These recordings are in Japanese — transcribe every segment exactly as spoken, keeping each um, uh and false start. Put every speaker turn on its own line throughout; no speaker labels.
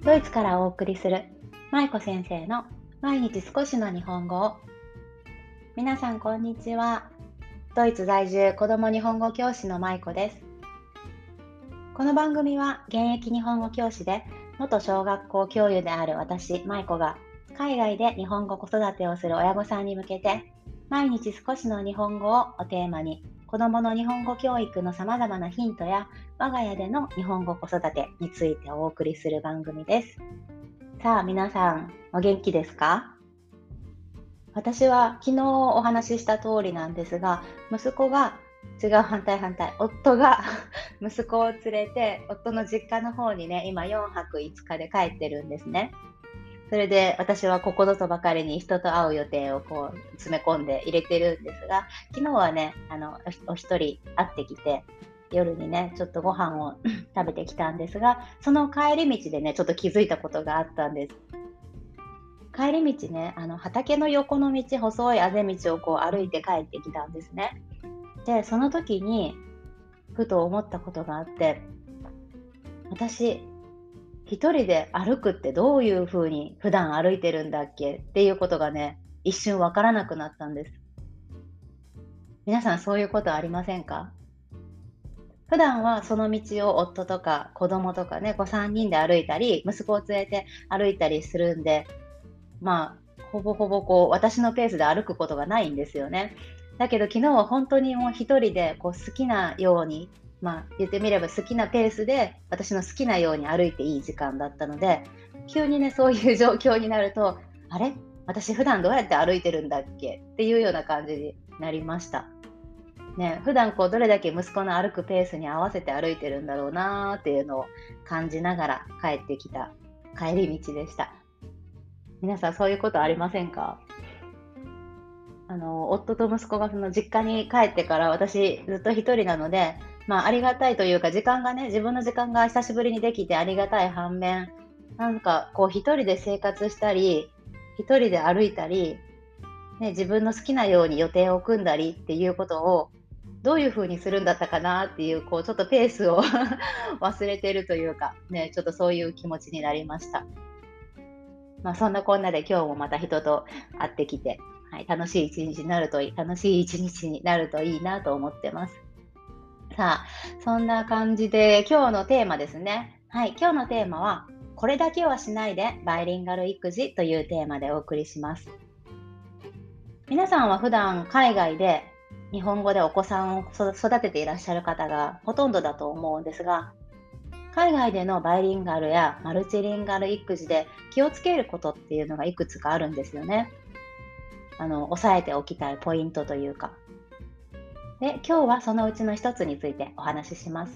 ドイツからお送りする舞子先生の毎日少しの日本語を。皆さんこんにちは。ドイツ在住子ども日本語教師の舞子です。この番組は現役日本語教師で元小学校教諭である私舞子が海外で日本語子育てをする親御さんに向けて毎日少しの日本語をおテーマに子どもの日本語教育のさまざまなヒントや我が家での日本語子育てについてお送りする番組です。さあ皆さんお元気ですか？私は昨日お話しした通りなんですが、息子が違う反対反対夫が息子を連れて夫の実家の方にね、今よんはくいつかで帰ってるんですね。それで私はここぞとばかりに人と会う予定をこう詰め込んで入れてるんですが、昨日はね、あのお一人会ってきて夜にねちょっとご飯を食べてきたんですが、その帰り道でねちょっと気づいたことがあったんです。帰り道ね、あの畑の横の道、細いあぜ道をこう歩いて帰ってきたんですね。でその時にふと思ったことがあって、私一人で歩くってどういう風に普段歩いてるんだっけっていうことがね、一瞬わからなくなったんです。皆さんそういうことありませんか？普段はその道を夫とか子供とかね、こうさんにんで歩いたり、息子を連れて歩いたりするんで、まあ、ほぼほぼこう私のペースで歩くことがないんですよね。だけど昨日は本当にもう一人でこう好きなように、まあ言ってみれば好きなペースで私の好きなように歩いていい時間だったので、急にねそういう状況になると、あれ私普段どうやって歩いてるんだっけっていうような感じになりました。ね、普段こうどれだけ息子の歩くペースに合わせて歩いてるんだろうなーっていうのを感じながら帰ってきた帰り道でした。皆さんそういうことありませんか？あの夫と息子がその実家に帰ってから私ずっと一人なので、まあ、ありがたいというか時間がね自分の時間が久しぶりにできてありがたい反面、なんかこう一人で生活したり一人で歩いたり、ね、自分の好きなように予定を組んだりっていうことをどういう風にするんだったかなっていう、こうちょっとペースを忘れてるというか、ね、ちょっとそういう気持ちになりました。まあ、そんなこんなで今日もまた人と会ってきて、はい、楽しい一日になるといい楽しい一日になるといいなと思ってます。さあ、そんな感じで今日のテーマですね。はい、今日のテーマはこれだけはしないでバイリンガル育児というテーマでお送りします。皆さんは普段海外で日本語でお子さんを育てていらっしゃる方がほとんどだと思うんですが、海外でのバイリンガルやマルチリンガル育児で気をつけることっていうのがいくつかあるんですよね。あの、押さえておきたいポイントというか。で、今日はそのうちの一つについてお話しします。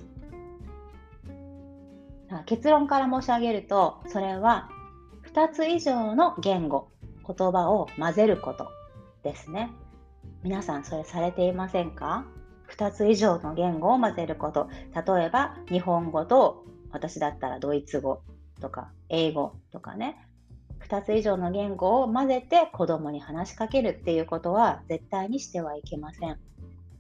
結論から申し上げると、それはふたつ以上の言語、言葉を混ぜることですね。皆さんそれされていませんか？ふたつ以上の言語を混ぜること。例えば日本語と、私だったらドイツ語とか英語とかね、ふたつ以上の言語を混ぜて子供に話しかけるっていうことは絶対にしてはいけません。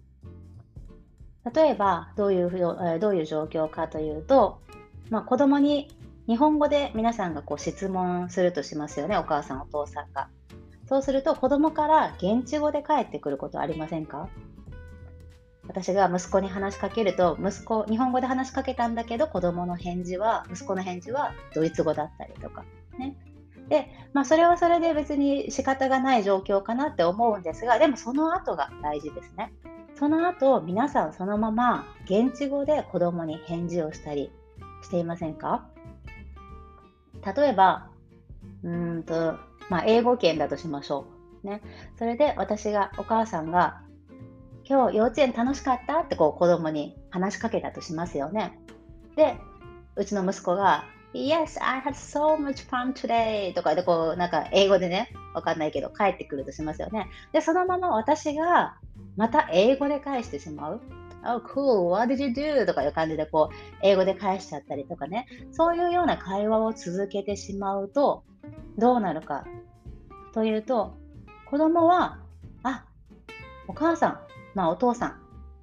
例えばどういうふうどういう状況かというと、まあ、子供に日本語で皆さんがこう質問するとしますよね、お母さんお父さんが。そうすると子供から現地語で返ってくることありませんか？私が息子に話しかけると、息子日本語で話しかけたんだけど子供の返事は息子の返事はドイツ語だったりとかね。で、まあ、それはそれで別に仕方がない状況かなって思うんですが、でもその後が大事ですね。その後皆さんそのまま現地語で子供に返事をしたりしていませんか？例えばうーんと、まあ、英語圏だとしましょう。ね。それで私が、お母さんが、今日幼稚園楽しかったってこう子供に話しかけたとしますよね。で、うちの息子が、Yes, I had so much fun today とかでこう、なんか英語でね、わかんないけど帰ってくるとしますよね。で、そのまま私がまた英語で返してしまう。Oh, cool, what did you do? とかいう感じでこう、英語で返しちゃったりとかね。そういうような会話を続けてしまうと、どうなるかというと、子供は、あ、お母さん、まあお父さん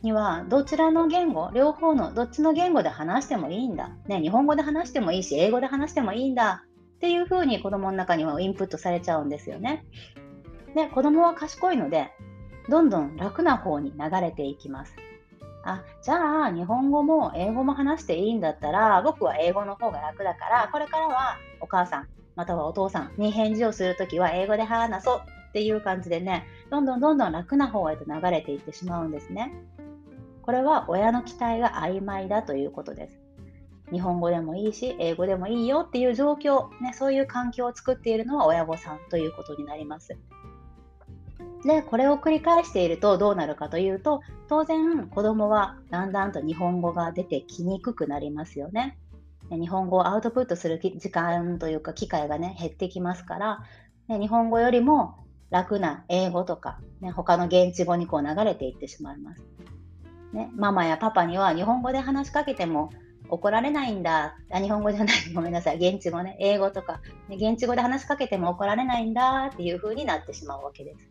にはどちらの言語、両方のどっちの言語で話してもいいんだ、ね、日本語で話してもいいし英語で話してもいいんだっていう風に子どもの中にはインプットされちゃうんですよね。で、子どもは賢いのでどんどん楽な方に流れていきます。あ、じゃあ日本語も英語も話していいんだったら僕は英語の方が楽だからこれからはお母さんまたはお父さんに返事をするときは英語で話そうっていう感じでね、どんどんどんどん楽な方へと流れていってしまうんですね。これは親の期待が曖昧だということです。日本語でもいいし英語でもいいよっていう状況、ね、そういう環境を作っているのは親御さんということになります。で、これを繰り返しているとどうなるかというと、当然子供はだんだんと日本語が出てきにくくなりますよね。日本語をアウトプットする時間というか機会がね減ってきますから、ね、日本語よりも楽な英語とか、ね、他の現地語にこう流れていってしまいます、ね。ママやパパには日本語で話しかけても怒られないんだ、あ日本語じゃないごめんなさい現地語ね英語とか、ね、現地語で話しかけても怒られないんだっていう風になってしまうわけです。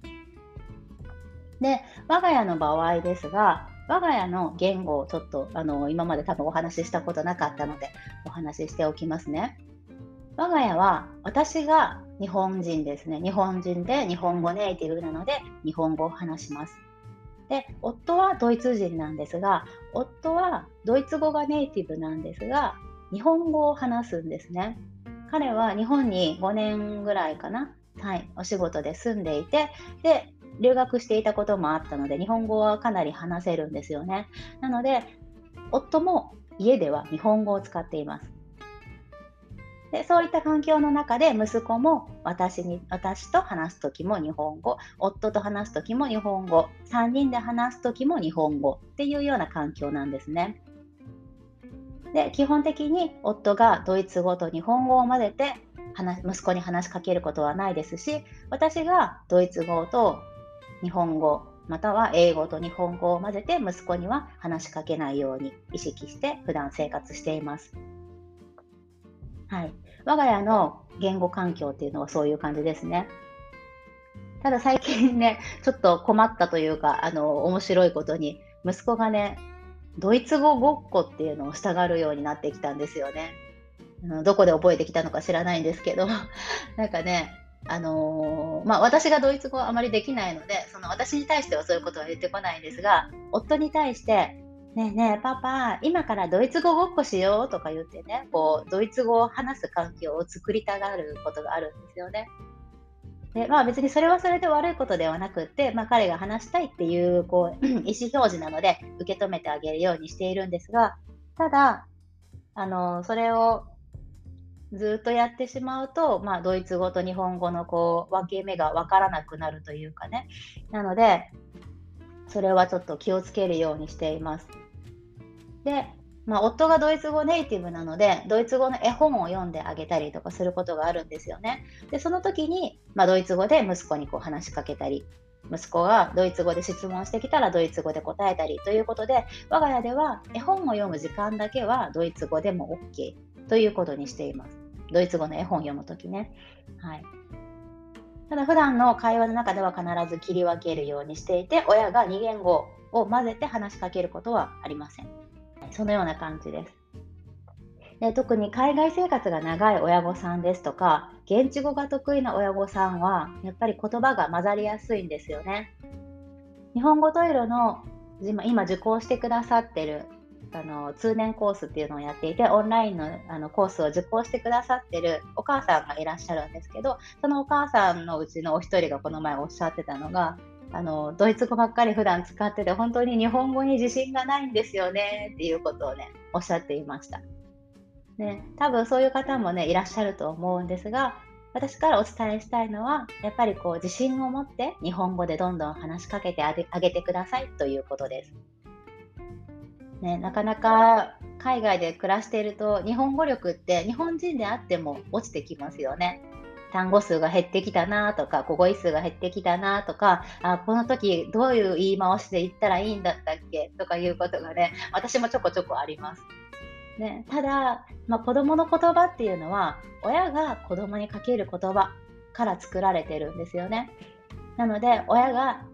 で、我が家の場合ですが、我が家の言語をちょっとあの今まで多分お話ししたことなかったのでお話ししておきますね。我が家は私が日本人ですね。日本人で日本語ネイティブなので日本語を話します。で、夫はドイツ人なんですが、夫はドイツ語がネイティブなんですが、日本語を話すんですね。彼は日本にごねんぐらいかな、はい、お仕事で住んでいて、で、留学していたこともあったので、日本語はかなり話せるんですよね。なので、夫も家では日本語を使っています。で、そういった環境の中で息子も私に私と話すときも日本語、夫と話すときも日本語、さんにんで話すときも日本語っていうような環境なんですね。で、基本的に夫がドイツ語と日本語を混ぜて話息子に話しかけることはないですし、私がドイツ語と日本語または英語と日本語を混ぜて息子には話しかけないように意識して普段生活しています。はい、我が家の言語環境っていうのはそういう感じですね。ただ最近ね、ちょっと困ったというか、あの面白いことに息子がね、ドイツ語ごっこっていうのをしたがるようになってきたんですよね。どこで覚えてきたのか知らないんですけど、なんかね、あのーまあ、私がドイツ語はあまりできないので、その私に対してはそういうことは言ってこないんですが、夫に対して、ねえねえパパ、今からドイツ語ごっこしようとか言ってね、こうドイツ語を話す環境を作りたがることがあるんですよね。で、まあ、別にそれはそれで悪いことではなくって、まあ、彼が話したいっていうこう意思表示なので受け止めてあげるようにしているんですが、ただあのそれをずっとやってしまうと、まあ、ドイツ語と日本語のこう分け目が分からなくなるというかね。なので、それはちょっと気をつけるようにしています。で、まあ、夫がドイツ語ネイティブなので、ドイツ語の絵本を読んであげたりとかすることがあるんですよね。で、その時に、まあ、ドイツ語で息子にこう話しかけたり、息子がドイツ語で質問してきたらドイツ語で答えたりということで、我が家では絵本を読む時間だけはドイツ語でも OK ということにしています。ドイツ語の絵本を読むときね。はい。ただ普段の会話の中では必ず切り分けるようにしていて、親がに言語を混ぜて話しかけることはありません。そのような感じです。で、特に海外生活が長い親御さんですとか、現地語が得意な親御さんは、やっぱり言葉が混ざりやすいんですよね。日本語トイロの今今受講してくださってるあの通年コースっていうのをやっていて、オンラインの、あのコースを受講してくださってるお母さんがいらっしゃるんですけど、そのお母さんのうちのお一人がこの前おっしゃってたのが、あのドイツ語ばっかり普段使ってて本当に日本語に自信がないんですよねっていうことをねおっしゃっていました。ね、多分そういう方もねいらっしゃると思うんですが、私からお伝えしたいのはやっぱりこう自信を持って日本語でどんどん話しかけてあげあげてくださいということです。ね、なかなか海外で暮らしていると日本語力って日本人であっても落ちてきますよね。単語数が減ってきたなとか、語彙数が減ってきたなとか、あ、この時どういう言い回しで言ったらいいんだったっけとかいうことがね、私もちょこちょこあります。ね、ただ、まあ、子供の言葉っていうのは親が子供にかける言葉から作られてるんですよね。なので親が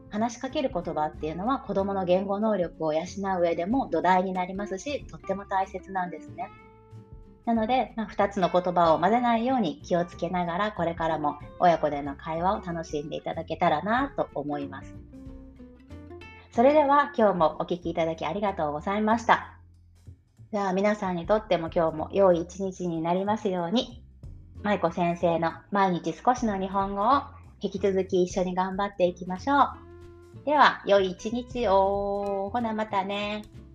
話しかける言葉っていうのは子どもの言語能力を養う上でも土台になりますし、とっても大切なんですね。なので、まあ、ふたつの言葉を混ぜないように気をつけながら、これからも親子での会話を楽しんでいただけたらなと思います。それでは今日もお聞きいただきありがとうございました。じゃあ皆さんにとっても今日も良い一日になりますように。舞子先生の毎日少しの日本語を引き続き一緒に頑張っていきましょう。では、良い一日を。ほなまたね。